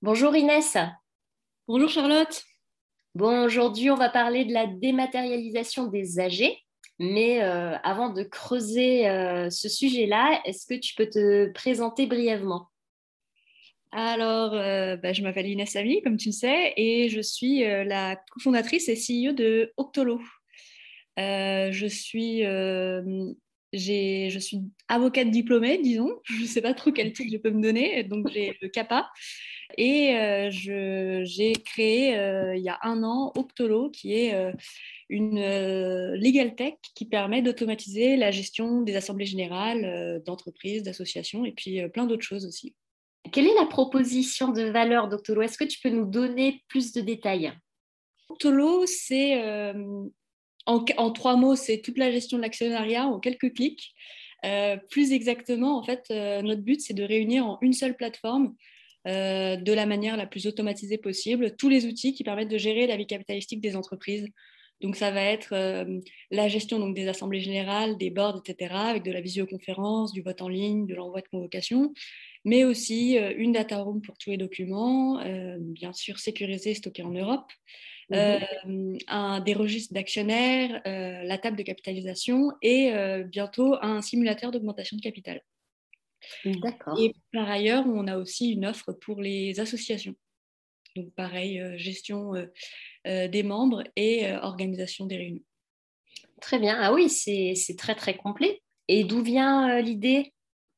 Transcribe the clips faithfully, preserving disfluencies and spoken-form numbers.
Bonjour Inès. Bonjour Charlotte. Bon, aujourd'hui, on va parler de la dématérialisation des A G. Mais euh, avant de creuser euh, ce sujet-là, est-ce que tu peux te présenter brièvement? Alors, euh, bah, je m'appelle Inès Samy, comme tu le sais, et je suis euh, la cofondatrice et C E O de Octolo. Euh, je suis, euh, j'ai, je suis avocate diplômée, disons. Je ne sais pas trop quel titre je peux me donner, donc j'ai le CAPA. Et euh, je, j'ai créé euh, il y a un an Octolo, qui est euh, une euh, legal tech qui permet d'automatiser la gestion des assemblées générales euh, d'entreprises, d'associations et puis euh, plein d'autres choses aussi. Quelle est la proposition de valeur d'Octolo? Est-ce que tu peux nous donner plus de détails? Octolo, c'est euh, en, en trois mots, c'est toute la gestion de l'actionnariat en quelques clics. Euh, plus exactement, en fait, euh, notre but, c'est de réunir en une seule plateforme, euh, de la manière la plus automatisée possible, tous les outils qui permettent de gérer la vie capitalistique des entreprises. Donc, ça va être euh, la gestion donc, des assemblées générales, des boards, et cetera, avec de la visioconférence, du vote en ligne, de l'envoi de convocation, mais aussi euh, une data room pour tous les documents, euh, bien sûr sécurisés, stockés en Europe, euh, Mhm. un, des registres d'actionnaires, euh, la table de capitalisation et euh, bientôt un simulateur d'augmentation de capital. D'accord. Et par ailleurs, on a aussi une offre pour les associations. Donc pareil, euh, gestion euh, euh, des membres et euh, organisation des réunions. Très bien. Ah oui, c'est c'est très très complet. Et d'où vient euh, l'idée?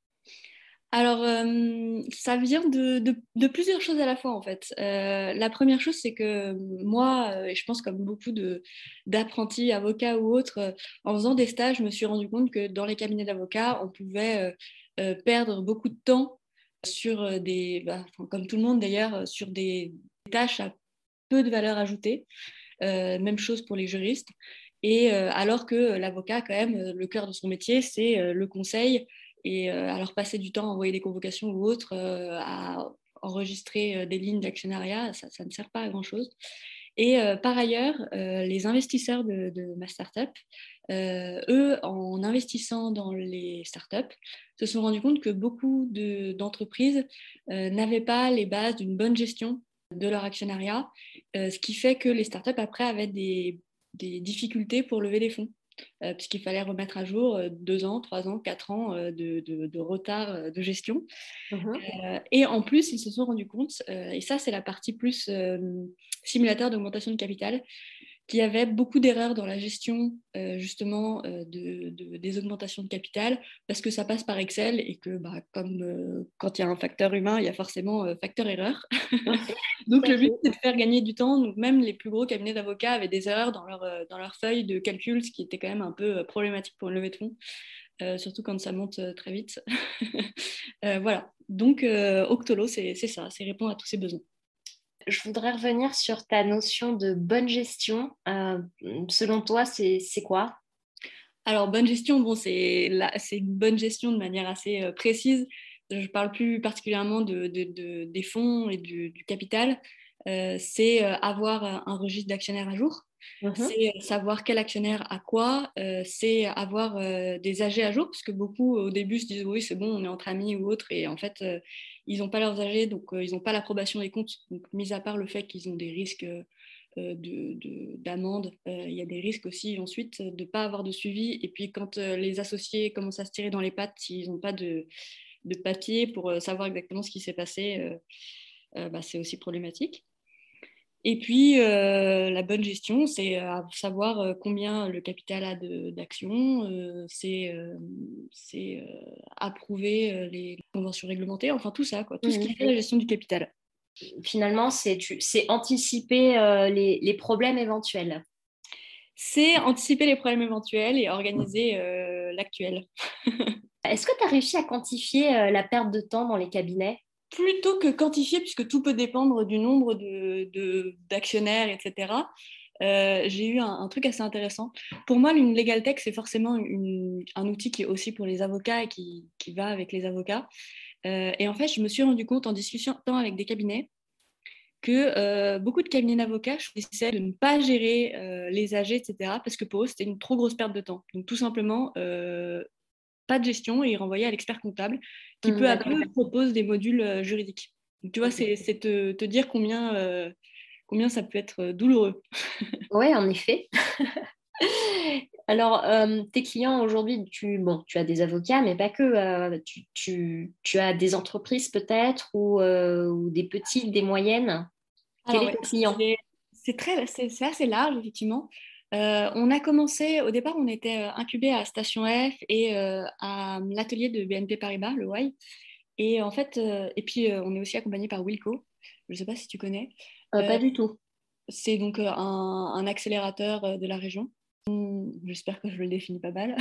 Alors, euh, ça vient de, de- de plusieurs choses à la fois, en fait. Euh, la première chose, c'est que moi, euh, et je pense comme beaucoup de, d'apprentis, avocats ou autres, euh, en faisant des stages, je me suis rendu compte que dans les cabinets d'avocats, on pouvait euh, euh, perdre beaucoup de temps sur euh, des, bah, enfin, comme tout le monde d'ailleurs, euh, sur des tâches à peu de valeur ajoutée. Euh, même chose pour les juristes. Et euh, alors que l'avocat, quand même, euh, le cœur de son métier, c'est euh, le conseil. Et euh, alors passer du temps à envoyer des convocations ou autres, euh, à enregistrer euh, des lignes d'actionnariat, ça, ça ne sert pas à grand-chose. Et euh, par ailleurs, euh, les investisseurs de, de ma startup, euh, eux, en investissant dans les startups, se sont rendus compte que beaucoup de, d'entreprises euh, n'avaient pas les bases d'une bonne gestion de leur actionnariat, euh, ce qui fait que les startups après avaient des, des difficultés pour lever des fonds, euh, puisqu'il fallait remettre à jour euh, deux ans, trois ans, quatre ans euh, de, de, de retard euh, de gestion. Mhm. Euh, et en plus, ils se sont rendus compte, euh, et ça c'est la partie plus euh, simulateur d'augmentation de capital, qu'il y avait beaucoup d'erreurs dans la gestion euh, justement euh, de, de- des augmentations de capital parce que ça passe par Excel et que bah, comme euh, quand il y a un facteur humain, il y a forcément euh, facteur erreur. Tout Donc à le but fait. c'est de faire gagner du temps. Donc même les plus gros cabinets d'avocats avaient des erreurs dans leur, euh, dans leur feuille de calcul, ce qui était quand même un peu euh, problématique pour une levée de fonds, euh, surtout quand ça monte euh, très vite. Euh, voilà, donc euh, Octolo, c'est c'est ça, c'est répondre à tous ces besoins. Je voudrais revenir sur ta notion de bonne gestion. Euh, selon toi, c'est c'est quoi? Alors, bonne gestion, bon, c'est la- c'est une bonne gestion de manière assez euh, précise. Je parle plus particulièrement de, de- de- des fonds et du, du capital. Euh, c'est euh, avoir un, un registre d'actionnaires à jour. Mhm. C'est euh, savoir quel actionnaire a quoi. Euh, c'est avoir euh, des A G à jour, parce que beaucoup au début se disent oui, c'est bon, on est entre amis ou autre, et en fait, euh, ils n'ont pas leurs A G, donc euh, ils n'ont pas l'approbation des comptes. Donc, mis à part le fait qu'ils ont des risques euh, euh, de, de, d'amende. Euh, il y a des risques aussi ensuite de ne pas avoir de suivi. Et puis quand euh, les associés commencent à se tirer dans les pattes, s'ils n'ont pas de, de papier pour euh, savoir exactement ce qui s'est passé, euh, euh, bah, c'est aussi problématique. Et puis, euh, la bonne gestion, c'est euh, savoir euh, combien le capital a de, d'actions, euh, c'est, euh, c'est euh, approuver euh, les conventions réglementées, enfin tout ça, quoi, tout ce qui Mhm. fait la gestion du capital. Finalement, c'est tu- c'est anticiper euh, les, les problèmes éventuels. C'est anticiper les problèmes éventuels et organiser euh, l'actuel. Est-ce que tu as réussi à quantifier euh, la perte de temps dans les cabinets? Plutôt que quantifier, puisque tout peut dépendre du nombre de, de- d'actionnaires, et cetera, euh, j'ai eu un, un truc assez intéressant. Pour moi, une legal tech, c'est forcément une- un outil qui est aussi pour les avocats et qui, qui va avec les avocats. Euh, et en fait, je me suis rendu compte en discutant avec des cabinets que euh, beaucoup de cabinets d'avocats choisissaient de ne pas gérer euh, les A G, et cetera, parce que pour eux, c'était une trop grosse perte de temps. Donc, tout simplement, euh, pas de gestion et renvoyer à l'expert comptable qui Hmm, peu à d'accord. peu propose des modules euh, juridiques. Donc, tu vois, c'est, c'est te, te dire combien, euh, combien ça peut être douloureux. Oui, en effet. Alors, euh, tes clients aujourd'hui, tu, bon, tu as des avocats, mais pas que. euh, tu, tu- tu as des entreprises peut-être ou, euh, ou des petites, des moyennes. Quel Alors, est ouais, ton client? c'est, c'est très, c'est, c'est assez large, effectivement. Euh, on a commencé, au départ, on était euh, incubé à Station F et euh, à l'atelier de B N P Paribas, le Y. Et en fait, euh, et puis euh, on est aussi accompagné par Wilco. Je ne sais pas si tu connais. Euh, Euh, pas du tout. c'est donc euh, un, un accélérateur euh, de la région. J'espère que je le définis pas mal.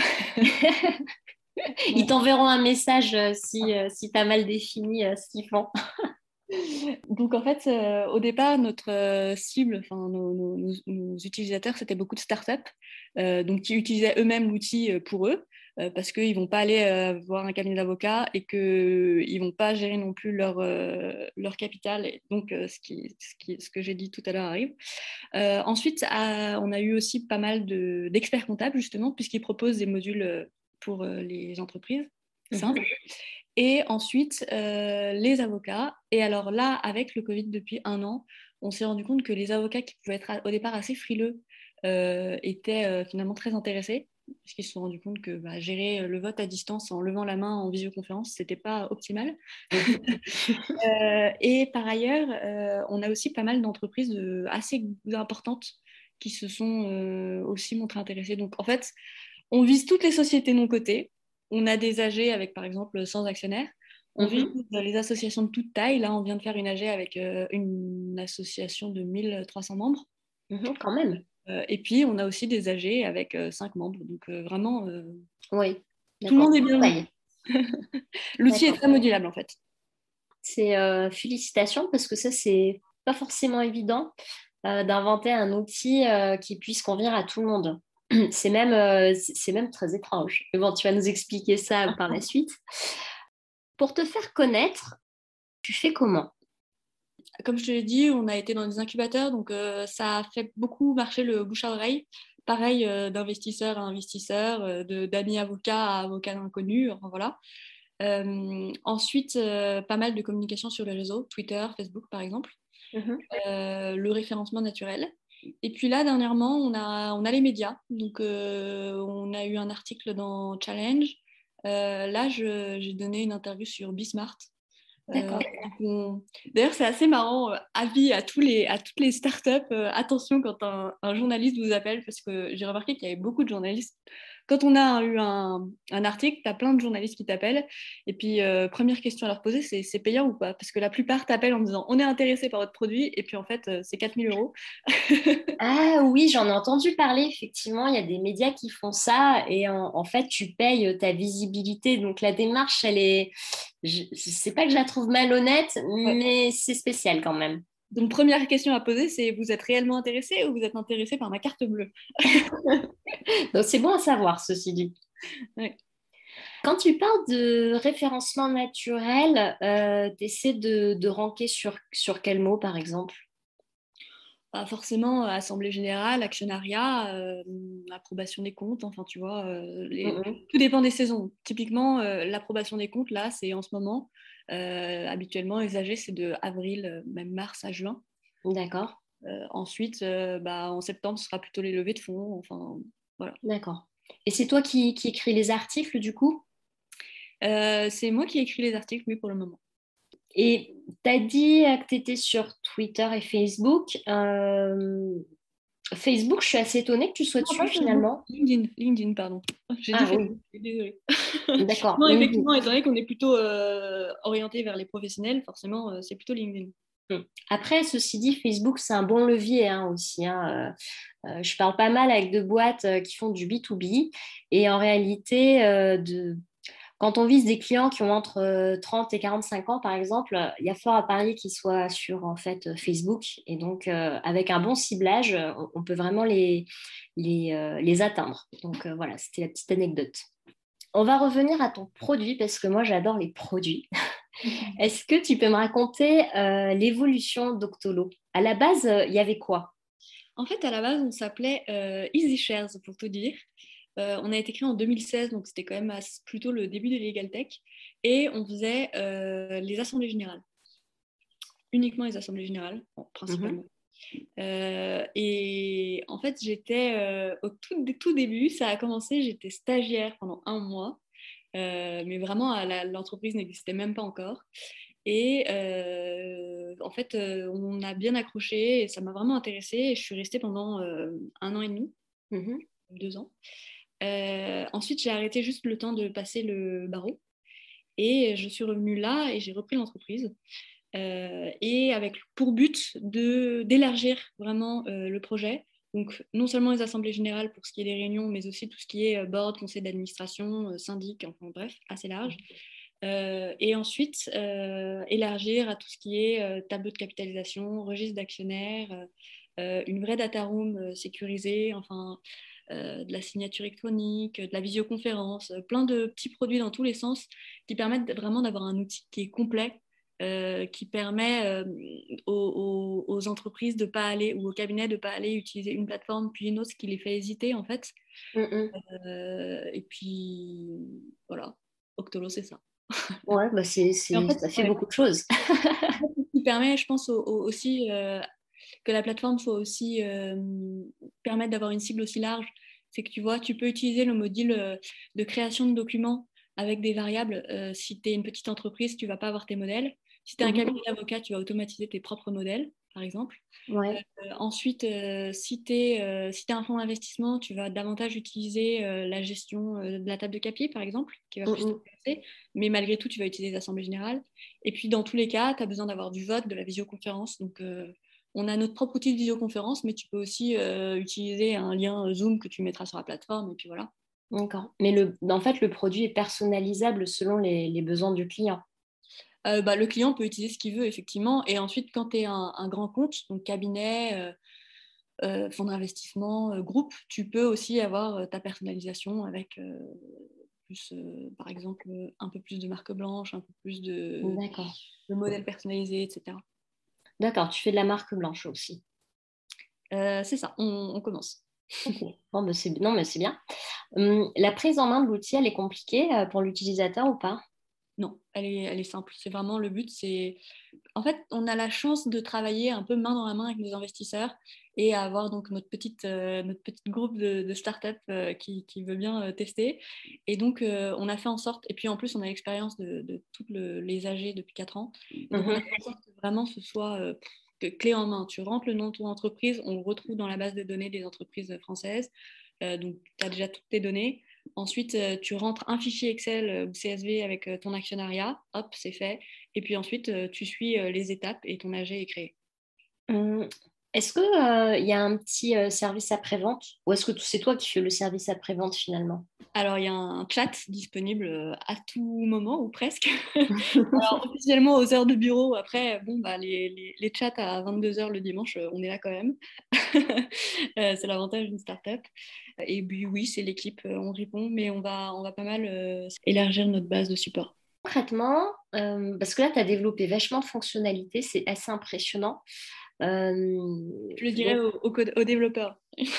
Ils Ouais. t'enverront un message euh, si, euh, si tu as mal défini euh, ce qu'ils font. Donc en fait, euh, au départ, notre euh, cible, enfin nos, nos- nos- nos utilisateurs, c'était beaucoup de startups, euh, donc qui utilisaient eux-mêmes l'outil euh, pour eux, euh, parce qu'ils ne vont pas aller euh, voir un cabinet d'avocats et qu'ils ne vont pas gérer non plus leur, euh, leur capital. Et donc euh, ce, qui, ce, qui, ce que j'ai dit tout à l'heure arrive. Euh, ensuite, à- on a eu aussi pas mal de, d'experts comptables, justement, puisqu'ils proposent des modules euh, pour euh, les entreprises Mhm. simples. Et ensuite, euh, les avocats. Et alors là, avec le Covid depuis un an, on s'est rendu compte que les avocats qui pouvaient être au départ assez frileux euh, étaient euh, finalement très intéressés, parce qu'ils se sont rendus compte que bah, gérer le vote à distance en levant la main en visioconférence, c'était pas optimal. Mhm. Euh, et par ailleurs, euh, on a aussi pas mal d'entreprises euh, assez importantes qui se sont euh, aussi montrées intéressées. Donc en fait, on vise toutes les sociétés non cotées. On a des A G avec par exemple cent actionnaires. On vise Mhm. les associations de toute taille. Là, on vient de faire une A G avec euh, une association de mille trois cents membres. Mhm, quand même. Euh, et puis, on a aussi des A G avec euh, cinq membres. Donc euh, vraiment, euh, Oui, tout le d'accord. monde est bienvenu. Taille. L'outil est D'accord. très modulable en fait. C'est euh, félicitations parce que ça, c'est pas forcément évident euh, d'inventer un outil euh, qui puisse convenir à tout le monde. C'est même, euh, c'est c'est même très étrange. Mais bon, tu vas nous expliquer ça par la suite. Pour te faire connaître, tu fais comment? Comme je te l'ai dit, on a été dans des incubateurs, donc euh, ça a fait beaucoup marcher le bouche à oreille. Pareil, euh, d'investisseurs à investisseurs, euh, de, d'amis avocats à avocats inconnus, enfin voilà. Euh, ensuite, euh, pas mal de communication sur les réseaux, Twitter, Facebook par exemple, Mhm. euh, le référencement naturel. Et puis là, dernièrement, on a, on a les médias. Donc, euh, on a eu un article dans Challenge. Euh, là, je- j'ai donné une interview sur Bismart. Euh, D'accord. donc on- D'ailleurs, c'est assez marrant. euh, avis à, tous les, à toutes les startups. Euh, attention quand un, un journaliste vous appelle, parce que j'ai remarqué qu'il y avait beaucoup de journalistes. Quand on a eu un, un article, tu as plein de journalistes qui t'appellent. Et puis, euh, première question à leur poser, c'est c'est payant ou pas? Parce que la plupart t'appellent en disant on est intéressé par votre produit. Et puis, en fait, euh, c'est quatre mille euros. Ah oui, j'en ai entendu parler, effectivement, il y a des médias qui font ça et en, en fait, tu payes ta visibilité. Donc la démarche, elle est, je, je sais pas que je la trouve malhonnête, Ouais. mais c'est spécial quand même. Donc, première question à poser, c'est vous êtes réellement intéressé ou vous êtes intéressé par ma carte bleue? Donc c'est bon à savoir, ceci dit. Ouais. Quand tu parles de référencement naturel, tu essaies de, de ranker sur, sur quel mot, par exemple? Pas forcément euh, assemblée générale, actionnariat, euh, approbation des comptes, enfin tu vois, euh, les- Mhm. tout dépend des saisons. Typiquement, euh, l'approbation des comptes, là, c'est en ce moment. Euh, habituellement, les A G, c'est de avril, euh, même mars à juin. D'accord, Euh, ensuite, euh, bah, en septembre, ce sera plutôt les levées de fonds. Enfin, voilà. d'accord. Et c'est toi qui, qui écris les articles, du coup? Euh, c'est moi qui écris les articles, oui, pour le moment. Et tu as dit euh, que tu étais sur Twitter et Facebook. Euh, Facebook, je suis assez étonnée que tu sois Non, dessus pas Facebook, finalement. LinkedIn, LinkedIn, pardon. J'ai dit Ah Facebook, oui, désolée. d'accord. Non, LinkedIn. effectivement, étant donné qu'on est plutôt euh, orienté vers les professionnels, forcément, euh, c'est plutôt LinkedIn. Hmm. Après, ceci dit, Facebook, c'est un bon levier hein, aussi. Hein. Euh, euh, je parle pas mal avec de boîtes euh, qui font du B deux B. Et en réalité, euh, de, quand on vise des clients qui ont entre euh, trente et quarante-cinq ans, par exemple, euh, il y a fort à parier qu'ils soient sur en fait, euh, Facebook. Et donc, euh, avec un bon ciblage, euh, on, on peut vraiment les, les, euh, les atteindre. Donc, euh, voilà, c'était la petite anecdote. On va revenir à ton produit parce que moi, j'adore les produits. Est-ce que tu peux me raconter euh, l'évolution d'Octolo? À la base, euh, il y avait quoi? En fait, à la base, on s'appelait euh, Easy Shares, pour tout dire. Euh, on a été créé en deux mille seize, donc c'était quand même assez- plutôt le début de Legal Tech. Et on faisait euh, les assemblées générales. uniquement les assemblées générales, bon, Mhm. principalement. Euh, et en fait, j'étais euh, au tout, tout début, ça a commencé, j'étais stagiaire pendant un mois, euh, mais vraiment, la, l'entreprise n'existait même pas encore. Et euh, en fait, euh, on a bien accroché et ça m'a vraiment intéressée. Et je suis restée pendant euh, un an et demi, Mhm. deux ans. Euh, ensuite, j'ai arrêté juste le temps de passer le barreau. Et je suis revenue là et j'ai repris l'entreprise. Euh, et avec pour but de, d'élargir vraiment euh, le projet. Donc, non seulement les assemblées générales pour ce qui est des réunions, mais aussi tout ce qui est euh, board, conseil d'administration, euh, syndic, enfin bref, assez large. Euh, et ensuite, euh, élargir à tout ce qui est euh, tableau de capitalisation, registre d'actionnaires, euh, une vraie data room euh, sécurisée, enfin, euh, de la signature électronique, de la visioconférence, euh, plein de petits produits dans tous les sens qui permettent vraiment d'avoir un outil qui est complet, euh, qui permet euh, aux, aux, aux entreprises de pas aller ou aux cabinets de ne pas aller utiliser une plateforme puis une autre, ce qui les fait hésiter en fait. Mhm. Euh, et puis voilà, Octolo, c'est ça. Ouais, bah c'est, Et en c'est, fait, ça fait ouais, beaucoup de choses. ce qui permet, je pense, au- au- aussi euh, que la plateforme soit aussi euh, permettre d'avoir une cible aussi large. C'est que tu vois, tu peux utiliser le module euh, de création de documents avec des variables. Euh, si tu es une petite entreprise, tu vas pas avoir tes modèles. Si tu es un Mhm. cabinet d'avocats, tu vas automatiser tes propres modèles, par exemple. Euh, Ouais. ensuite, euh, si tu es, euh, si t'es un fonds d'investissement, tu vas davantage utiliser euh, la gestion euh, de la table de capier, par exemple, qui va plus Mhm. t'intéresser. Mais malgré tout, tu vas utiliser l'Assemblée générale. Et puis, dans tous les cas, tu as besoin d'avoir du vote, de la visioconférence. Donc, euh, on a notre propre outil de visioconférence, mais tu peux aussi euh, utiliser un lien Zoom que tu mettras sur la plateforme. Et puis voilà. D'accord. Mais le, en fait, le produit est personnalisable selon les, les besoins du client. Euh, bah, le client peut utiliser ce qu'il veut, effectivement. Et ensuite, quand tu es un, un, grand compte, donc cabinet, euh, euh, fonds d'investissement, euh, groupe, tu peux aussi avoir euh, ta personnalisation avec euh, plus, euh, par exemple, un peu plus de marque blanche, un peu plus de, D'accord. de modèles personnalisés, et cetera. D'accord, tu fais de la marque blanche aussi. Euh, c'est ça, on, on commence. Ok. Bon, bah, c'est, non, mais c'est bien. Hum, la prise en main de l'outil, elle est compliquée euh, pour l'utilisateur ou pas? Non, elle est, elle est simple. C'est vraiment le but. C'est En fait, on a la chance de travailler un peu main dans la main avec nos investisseurs et avoir donc notre petite, euh, notre petit groupe de, de start-up euh, qui, qui veut bien euh, tester. Et donc, euh, on a fait en sorte, et puis en plus, on a l'expérience de, de tous le- les A G depuis quatre ans. Et donc, on a Mhm. fait en sorte que vraiment ce soit euh, que clé en main. Tu rentres le nom de ton entreprise, on le retrouve dans la base de données des entreprises françaises. Euh, donc, tu as déjà toutes tes données. Ensuite, euh, tu rentres un fichier Excel euh, ou C S V avec euh, ton actionnariat. Hop, c'est fait. Et puis ensuite, euh, tu suis euh, les étapes et ton A G est créé. Hum, Est-ce qu'il y a un petit euh, service après-vente ou est-ce que c'est toi qui fais le service après-vente finalement? Alors, il y a un chat disponible euh, à tout moment ou presque. Alors, officiellement aux heures de bureau. Après, bon, bah, les, les, les chats à vingt-deux heures le dimanche, euh, on est là quand même. Euh, c'est l'avantage d'une startup. Et puis oui, c'est l'équipe, euh, on répond, mais on va, on va pas mal euh, élargir notre base de support. Concrètement, euh, parce que là, tu as développé vachement de fonctionnalités, c'est assez impressionnant. Euh, Je le dirais donc, aux, aux code- aux développeurs.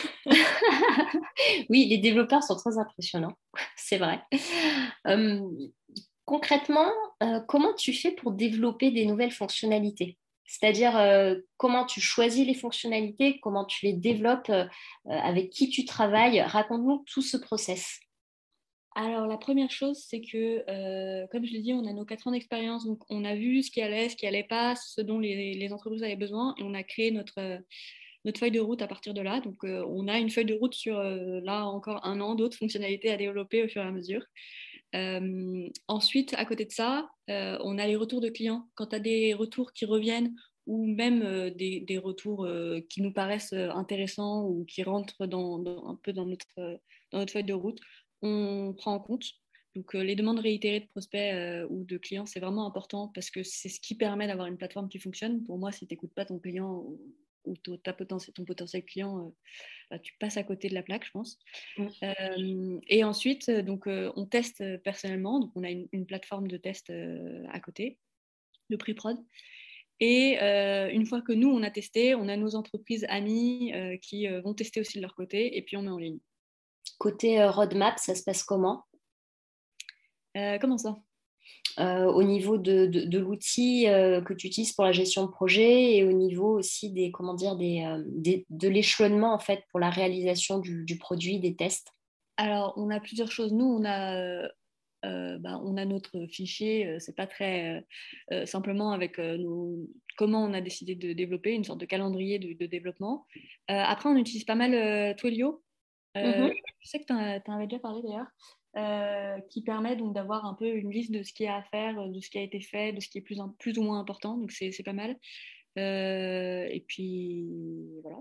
oui, les développeurs sont très impressionnants, c'est vrai. Euh, concrètement, euh, comment tu fais pour développer des nouvelles fonctionnalités? C'est-à-dire, euh, comment tu choisis les fonctionnalités, comment tu les développes, euh, avec qui tu travailles. Raconte-nous tout ce process. Alors, la première chose, c'est que, euh, comme je l'ai dit, on a nos quatre ans d'expérience, donc on a vu ce qui allait, ce qui allait pas, ce dont les, les entreprises avaient besoin, et on a créé notre, euh, notre feuille de route à partir de là. Donc, euh, on a une feuille de route sur, euh, là, encore un an d'autres fonctionnalités à développer au fur et à mesure. Euh, ensuite, à côté de ça, euh, on a les retours de clients. Quand tu as des retours qui reviennent, ou même euh, des, des retours euh, qui nous paraissent euh, intéressants ou qui rentrent dans, dans- un peu dans notre, euh, dans notre feuille de route, on prend en compte. Donc, euh, les demandes réitérées de prospects euh, ou de clients, c'est vraiment important parce que c'est ce qui permet d'avoir une plateforme qui fonctionne. Pour moi, si tu n'écoutes pas ton client ou, ou ton, ta potentiel, ton potentiel client, euh, bah, tu passes à côté de la plaque, je pense. Euh, et ensuite, euh, donc, euh, on teste euh, personnellement. Donc, on a une, une plateforme de test euh, à côté, de pré-prod. Et euh, une fois que nous, on a testé, on a nos entreprises amies euh, qui euh, vont tester aussi de leur côté et puis on met en ligne. Côté euh, roadmap, ça se passe comment? Euh, comment ça? euh, au niveau de, de, de l'outil euh, que tu utilises pour la gestion de projet et au niveau aussi des, comment dire, des, euh, des, de l'échelonnement en fait pour la réalisation du, du produit, des tests? Alors, on a plusieurs choses. Nous, on a, euh, euh, bah, on a notre fichier. Euh, c'est pas très euh, euh, simplement avec euh, nos, comment on a décidé de développer une sorte de calendrier de, de développement. Euh, après, on utilise pas mal euh, Twilio. Euh, Mhm. je sais que tu en avais déjà parlé d'ailleurs, euh, qui permet donc d'avoir un peu une liste de ce qu'il y a à faire, de ce qui a été fait, de ce qui est plus, plus ou moins important. Donc, c'est c'est pas mal. Euh, et puis, voilà.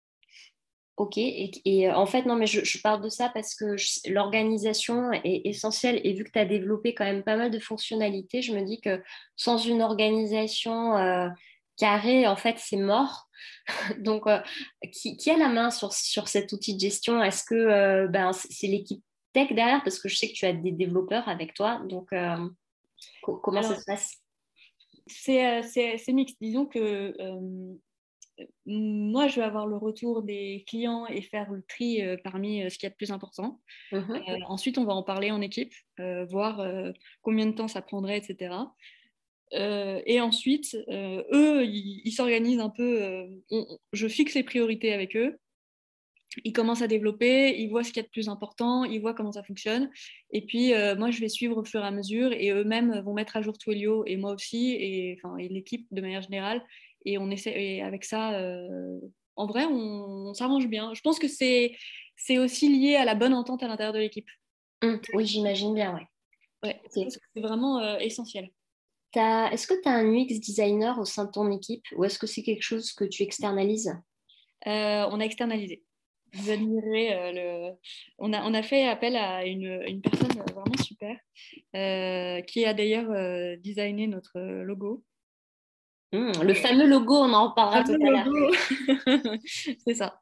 Ok, et, et, euh, en fait, non, mais je, je parle de ça parce que je- l'organisation est essentielle et vu que tu as développé quand même pas mal de fonctionnalités, je me dis que sans une organisation euh, carrée, en fait, c'est mort. Donc, euh, qui, qui a la main sur, sur cet outil de gestion? Est-ce que euh, ben, c'est c'est l'équipe tech derrière? Parce que je sais que tu as des développeurs avec toi, donc euh, co- comment ça Alors, se passe? c'est euh, c'est- c'est mixte. Disons que euh, moi, je vais avoir le retour des clients et faire le tri euh, parmi euh, ce qu'il y a de plus important. Mhm. Euh, ensuite, on va en parler en équipe, euh, voir euh, combien de temps ça prendrait, et cetera. Euh, et ensuite, euh, eux, ils ils s'organisent un peu. Euh, on- je fixe les priorités avec eux. Ils commencent à développer, ils voient ce qu'il y a de plus important, ils voient comment ça fonctionne. Et puis, euh, moi, je vais suivre au fur et à mesure. Et eux-mêmes vont mettre à jour Twilio et moi aussi, et, enfin, et l'équipe de manière générale. Et on essaie, et avec ça, euh, en vrai, on, on s'arrange bien. Je pense que c'est, c'est aussi lié à la bonne entente à l'intérieur de l'équipe. Hum, oui, j'imagine bien, ouais. Ouais, je Ok. pense que c'est vraiment euh, essentiel. T'as- Est-ce que tu as un U X designer au sein de ton équipe ou est-ce que c'est quelque chose que tu externalises? Euh, on a externalisé. Vous admirez euh, le. On a, on a fait appel à une, une personne vraiment super euh, qui a d'ailleurs euh, designé notre logo. Hum, le fameux logo, on en reparlera tout Fameux à l'heure. logo. C'est ça.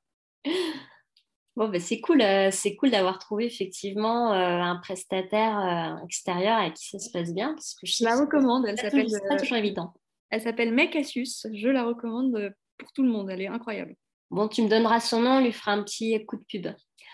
Bon, bah, c'est cool, euh, c'est cool d'avoir trouvé effectivement euh, un prestataire euh, extérieur avec qui ça se passe bien parce que je Je sais que la c'est recommande. Elle pas s'appelle toujours, c'est pas euh, toujours évident. elle s'appelle Mecasius. Je la recommande euh, pour tout le monde. Elle est incroyable. Bon, tu me donneras son nom, on lui fera un petit coup de pub.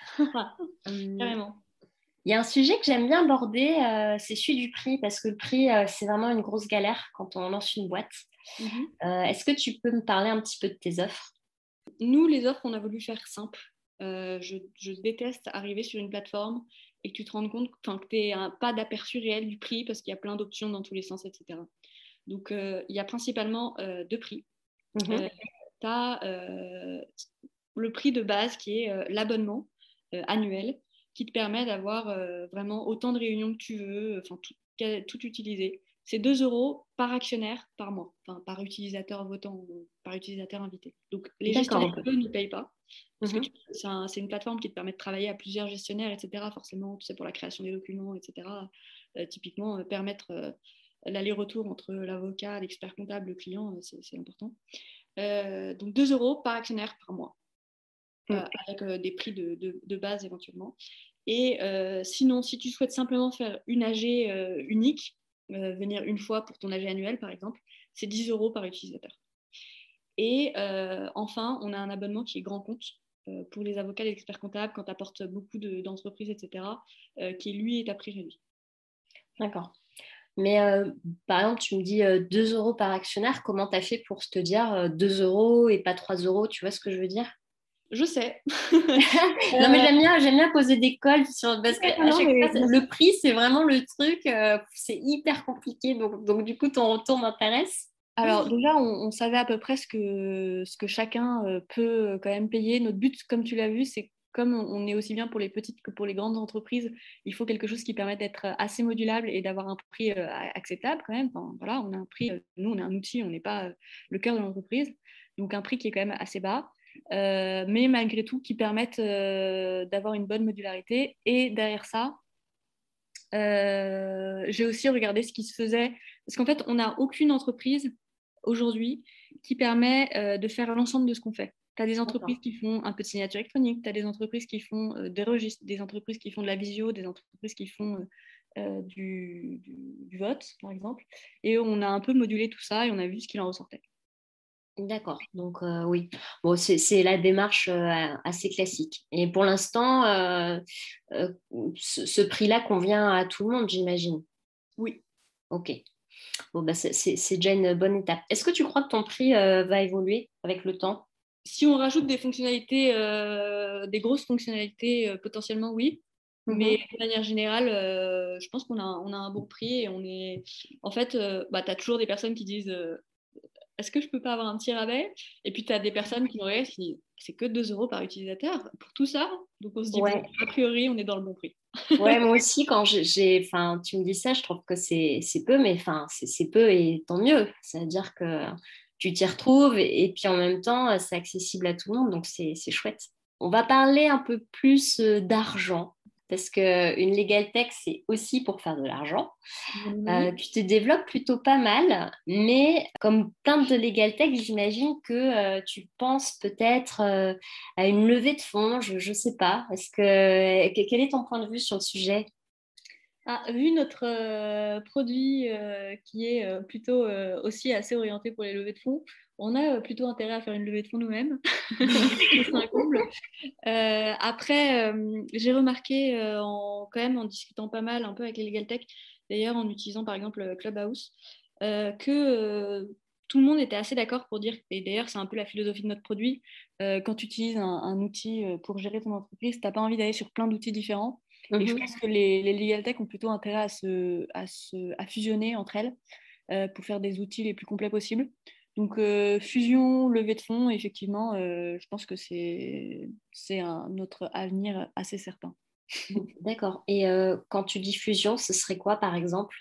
Hum, Carrément. Il y a un sujet que j'aime bien aborder, euh, c'est celui du prix parce que le prix, euh, c'est vraiment une grosse galère quand on lance une boîte. Mhm. Euh, est-ce que tu peux me parler un petit peu de tes offres? Nous, les offres, on a voulu faire simple. Euh, je, je déteste arriver sur une plateforme et que tu te rendes compte enfin, que tu n'as pas d'aperçu réel du prix parce qu'il y a plein d'options dans tous les sens, et cetera. Donc, euh, il y a principalement euh, deux prix. Mhm. Euh, tu as euh, le prix de base qui est euh, l'abonnement euh, annuel qui te permet d'avoir euh, vraiment autant de réunions que tu veux, enfin tout, tout utiliser. C'est deux euros par actionnaire par mois, enfin par utilisateur votant, par utilisateur invité. Donc les D'accord, gestionnaires, ok. eux, ne payent pas. Parce que Mhm. tu- c'est un- c'est une plateforme qui te permet de travailler à plusieurs gestionnaires, et cetera. Forcément, tu sais, pour la création des documents, et cetera. Euh, typiquement, euh, permettre euh, l'aller-retour entre l'avocat, l'expert comptable, le client, euh, c'est c'est important. Euh, donc deux euros par actionnaire par mois, euh, Mm. avec euh, des prix de, de, de, base éventuellement. Et euh, sinon, si tu souhaites simplement faire une A G euh, unique, euh, venir une fois pour ton A G annuel par exemple, c'est dix euros par utilisateur. Et euh, enfin, on a un abonnement qui est grand compte euh, pour les avocats, les experts comptables, quand tu apportes beaucoup de, d'entreprises, et cetera, euh, qui lui est à prix réduit. D'accord. Mais euh, par exemple, tu me dis euh, deux euros par actionnaire, comment tu as fait pour te dire euh, deux euros et pas trois euros, tu vois ce que je veux dire? Je sais. Non, mais euh, j'aime bien, j'aime bien poser des cols sur, parce qu'à non, chaque fois, mais c'est- le prix, c'est vraiment le truc, euh, c'est hyper compliqué. Donc, donc, du coup, ton retour m'intéresse. alors déjà, on, on savait à peu près ce que, ce que chacun euh, peut euh, quand même payer. Notre but, comme tu l'as vu, c'est comme on est aussi bien pour les petites que pour les grandes entreprises, il faut quelque chose qui permette d'être assez modulable et d'avoir un prix euh, acceptable quand même. Enfin, voilà, on a un prix, euh, nous on est un outil, on n'est pas euh, le cœur de l'entreprise, donc un prix qui est quand même assez bas, euh, mais malgré tout qui permette euh, d'avoir une bonne modularité. Et derrière ça, euh, j'ai aussi regardé ce qui se faisait, parce qu'en fait, on n'a aucune entreprise aujourd'hui qui permet euh, de faire l'ensemble de ce qu'on fait. Tu as des D'accord. entreprises qui font un peu de signature électronique, tu as des entreprises qui font euh, des registres, des entreprises qui font de la visio, des entreprises qui font euh, euh, du, du, du vote, par exemple. Et on a un peu modulé tout ça et on a vu ce qu'il en ressortait. D'accord. Donc, euh, oui. Bon, c'est c'est la démarche euh, assez classique. Et pour l'instant, euh, euh, ce, ce prix-là convient à tout le monde, j'imagine. Oui. Ok. Bon, bah, c'est c'est- c'est déjà une bonne étape. Est-ce que tu crois que ton prix euh, va évoluer avec le temps? Si on rajoute des fonctionnalités, euh, des grosses fonctionnalités, euh, potentiellement oui. Mais Mhm. de manière générale, euh, je pense qu'on a, on a un bon prix et on est. En fait, euh, bah, tu as toujours des personnes qui disent euh, est-ce que je peux pas avoir un petit rabais? Et puis tu as des personnes qui nous regardent qui disent c'est que deux euros par utilisateur pour tout ça. Donc on se dit bon, Ouais. a priori, on est dans le bon prix. Ouais, moi aussi, quand j'ai, j'ai- enfin, tu me dis ça, je trouve que c'est c'est peu, mais enfin, c'est c'est peu et tant mieux. C'est-à-dire que tu t'y retrouves et, et puis en même temps, c'est accessible à tout le monde, donc c'est c'est chouette. On va parler un peu plus euh, d'argent, parce que une legal tech, c'est aussi pour faire de l'argent. Euh, Oui. tu te développes plutôt pas mal, mais comme plein de legal tech, j'imagine que euh, tu penses peut-être euh, à une levée de fonds, je ne sais pas. Est-ce que, que- quel est ton point de vue sur le sujet? Ah, vu notre euh, produit euh, qui est euh, plutôt euh, aussi assez orienté pour les levées de fonds, on a euh, plutôt intérêt à faire une levée de fonds nous-mêmes. Ce serait un comble. Euh, après, euh, j'ai remarqué euh, en, quand même en discutant pas mal un peu avec les Legal Tech, d'ailleurs en utilisant par exemple euh, Clubhouse, euh, que euh, tout le monde était assez d'accord pour dire, et d'ailleurs c'est un peu la philosophie de notre produit, euh, quand tu utilises un, un outil euh, pour gérer ton entreprise, tu n'as pas envie d'aller sur plein d'outils différents. Et je Mhm. pense que les, les Legal Tech ont plutôt intérêt à, se, à, se, à fusionner entre elles euh, pour faire des outils les plus complets possibles. Donc, euh, fusion, levée de fonds, effectivement, euh, je pense que c'est, c'est un, notre avenir assez certain. D'accord. Et euh, quand tu dis fusion, ce serait quoi, par exemple?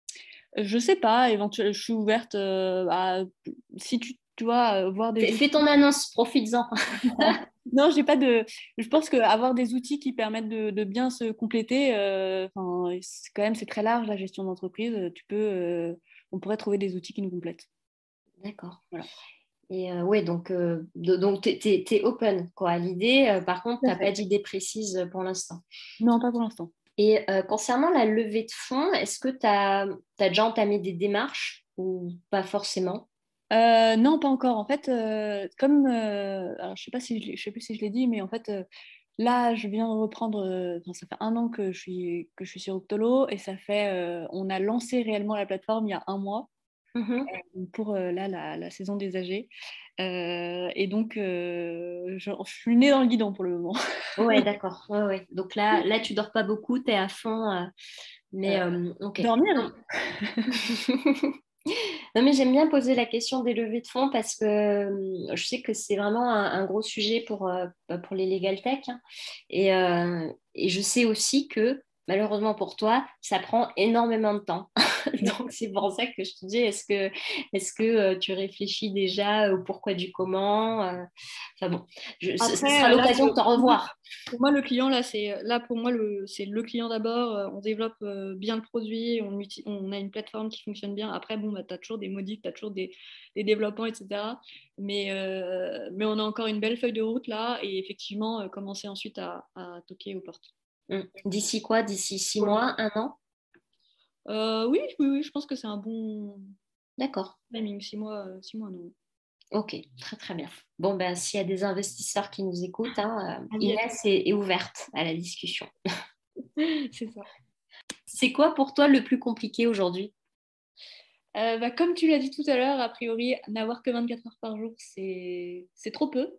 Je sais pas, éventuellement, je suis ouverte euh, à, si tu dois euh, voir Fais, des fais outils. ton annonce, profites-en. Non, j'ai pas de. Je pense qu'avoir des outils qui permettent de, de bien se compléter, euh, enfin, c'est quand même, c'est très large la gestion d'entreprise. Tu peux, euh, on pourrait trouver des outils qui nous complètent. D'accord. Voilà. Et euh, ouais, donc, euh, de- donc t'es, t'es- t'es open, quoi, à l'idée. Euh, par contre, Tout à t'as pas fait. d'idée précise pour l'instant. Non, pas pour l'instant. Et euh, concernant la levée de fonds, est-ce que tu as déjà entamé des démarches ou pas forcément? Euh, non, pas encore. En fait, euh, comme euh, alors, je sais pas si je, l'ai- je sais plus si je l'ai dit, mais en fait, euh, là, je viens de reprendre. euh, enfin, ça fait un an que je suis que je suis sur Octolo et ça fait. Euh, on a lancé réellement la plateforme il y a un mois Mhm. pour euh, là la, la saison des A G. Euh, et donc, euh, je, je suis née dans le guidon pour le moment. Ouais, d'accord. Ouais, ouais. Donc là, là, tu dors pas beaucoup, tu es à fond. euh, Euh, mais euh, ok. dormir, Non. oui. Non, mais j'aime bien poser la question des levées de fonds parce que euh, je sais que c'est vraiment un, un gros sujet pour, euh, bah, pour les legal tech, hein. Et, euh, et je sais aussi que malheureusement pour toi, ça prend énormément de temps. Donc c'est pour ça que je te dis, est-ce que, est-ce que euh, tu réfléchis déjà au pourquoi du comment euh, Enfin bon, je- ce, ce sera Après, euh, là, l'occasion de t'en pour moi, revoir. pour moi, le client, là, c'est là pour moi, le, c'est le client d'abord. Euh, On développe euh, bien le produit, on, uti- on a une plateforme qui fonctionne bien. Après, bon, bah, tu as toujours des modifs, tu as toujours des, des développements, et cetera. Mais, euh, mais on a encore une belle feuille de route là et effectivement, euh, commencer ensuite à, à toquer aux portes. Hum. D'ici quoi? D'ici six mois, un an? Euh, oui, oui, oui, je pense que c'est un bon D'accord. timing. Six mois, euh, six mois, non. Ok, très très bien. Bon, ben, s'il y a des investisseurs qui nous écoutent, hein, euh, Avis à toi. Inès est, est ouverte à la discussion. C'est ça. C'est quoi pour toi le plus compliqué aujourd'hui? Euh, bah, comme tu l'as dit tout à l'heure, a priori, n'avoir que vingt-quatre heures par jour, c'est c'est trop peu.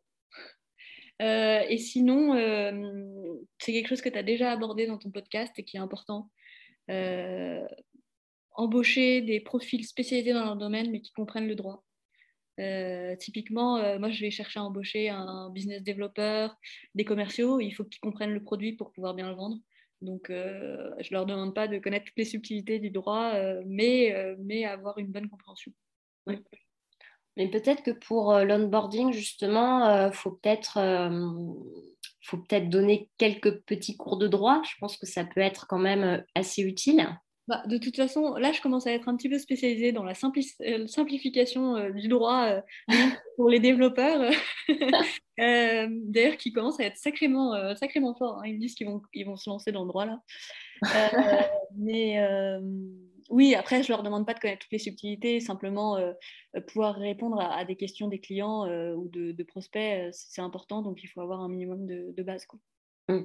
Euh, et sinon, euh, c'est quelque chose que tu as déjà abordé dans ton podcast et qui est important. Euh, embaucher des profils spécialisés dans leur domaine, mais qui comprennent le droit. Euh, typiquement, euh, moi, je vais chercher à embaucher un business développeur, des commerciaux. Il faut qu'ils comprennent le produit pour pouvoir bien le vendre. Donc, euh, je ne leur demande pas de connaître toutes les subtilités du droit, euh, mais, euh, mais avoir une bonne compréhension. Mm. Ouais. Mais peut-être que pour euh, l'onboarding, justement, euh, faut peut-être euh, faut peut-être donner quelques petits cours de droit. Je pense que ça peut être quand même euh, assez utile. Bah, de toute façon, là, je commence à être un petit peu spécialisée dans la simpli- euh, simplification euh, du droit, euh, rien que pour les développeurs. Euh, d'ailleurs, qui commencent à être sacrément, euh, sacrément forts, hein. Ils me disent qu'ils vont, ils vont se lancer dans le droit là. Euh, mais euh, oui, après, je leur demande pas de connaître toutes les subtilités, simplement euh, euh, pouvoir répondre à, à des questions des clients euh, ou de, de prospects, euh, c'est important, donc il faut avoir un minimum de, de base, quoi. Mm.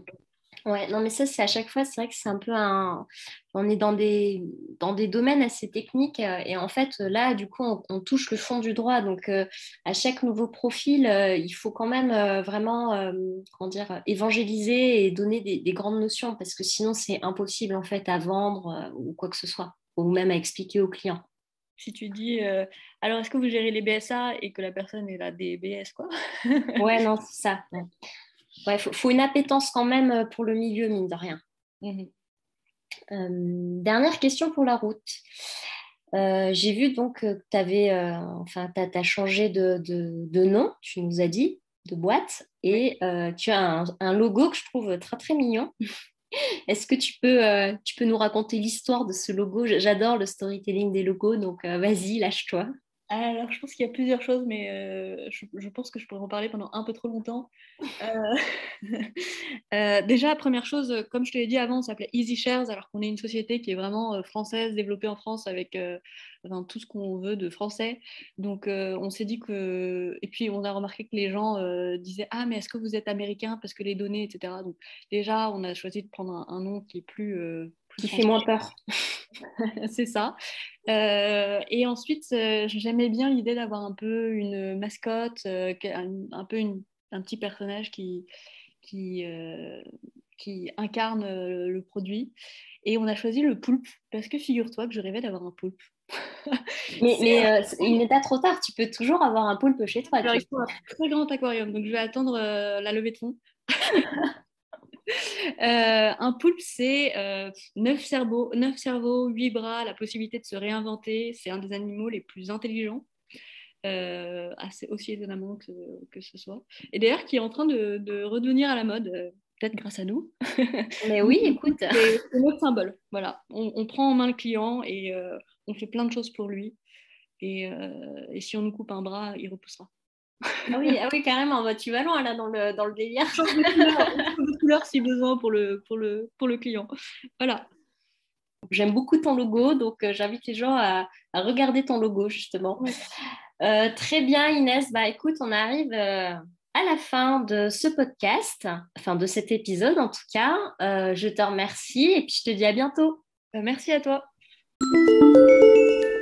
Ouais, non, mais ça, c'est à chaque fois, c'est vrai que c'est un peu un. On est dans des, dans des domaines assez techniques euh, et en fait, là, du coup, on, on touche le fond du droit. Donc, euh, à chaque nouveau profil, euh, il faut quand même euh, vraiment, euh, comment dire, évangéliser et donner des, des grandes notions parce que sinon, c'est impossible, en fait, à vendre euh, ou quoi que ce soit, ou même à expliquer aux clients. Si tu dis, euh, alors est-ce que vous gérez les B S A et que la personne est là des B S, quoi. Ouais, non, c'est ça. Ouais, ouais, faut, faut une appétence quand même euh, pour le milieu, mine de rien. Mhm. Euh, dernière question pour la route. Euh, j'ai vu donc que tu avais, enfin, t'as, t'as changé de, de, de nom, tu nous as dit, de boîte, Ouais. et euh, tu as un, un logo que je trouve très très mignon. Est-ce que tu peux, euh, tu peux nous raconter l'histoire de ce logo? J'adore le storytelling des logos, donc euh, vas-y, lâche-toi. Alors, je pense qu'il y a plusieurs choses, mais euh, je, je pense que je pourrais en parler pendant un peu trop longtemps. Euh, euh, déjà, première chose, comme je te l'ai dit avant, on s'appelait Easy Shares, alors qu'on est une société qui est vraiment euh, française, développée en France avec euh, enfin, tout ce qu'on veut de français. Donc, euh, on s'est dit que. Et puis, on a remarqué que les gens euh, disaient: Ah, mais est-ce que vous êtes américain? Parce que les données, et cetera. Donc, déjà, on a choisi de prendre un, un nom qui est plus, euh, plus Qui fait français. moins peur. C'est ça. Euh, et ensuite, euh, j'aimais bien l'idée d'avoir un peu une mascotte, euh, un, un peu une- un petit personnage qui, qui, euh, qui incarne euh, le produit. Et on a choisi le poulpe parce que figure-toi que je rêvais d'avoir un poulpe. Mais, C'est mais euh, il n'est pas trop tard, tu peux toujours avoir un poulpe chez toi, tu un très grand aquarium, donc je vais attendre euh, la levée de fonds. Euh, un poulpe, c'est euh, neuf cerveaux, neuf cerveaux, huit bras, la possibilité de se réinventer. C'est un des animaux les plus intelligents. Euh, assez aussi étonnamment que, que ce soit. Et d'ailleurs, qui est en train de, de redevenir à la mode, euh, peut-être grâce à nous. Mais oui, écoute. C'est c'est notre symbole. Voilà, on, on prend en main le client et euh, on fait plein de choses pour lui. Et, euh, et si on nous coupe un bras, il repoussera. Ah oui, ah oui, carrément, bah, tu vas loin là dans le, dans le délire. On change de couleur, on change de couleur si besoin pour le, pour le, pour le client. Voilà. J'aime beaucoup ton logo, donc euh, j'invite les gens à, à regarder ton logo justement. Ouais. Euh, très bien, Inès. Bah écoute, on arrive euh, à la fin de ce podcast, enfin de cet épisode en tout cas. Euh, je te remercie et puis je te dis à bientôt. Euh, merci à toi.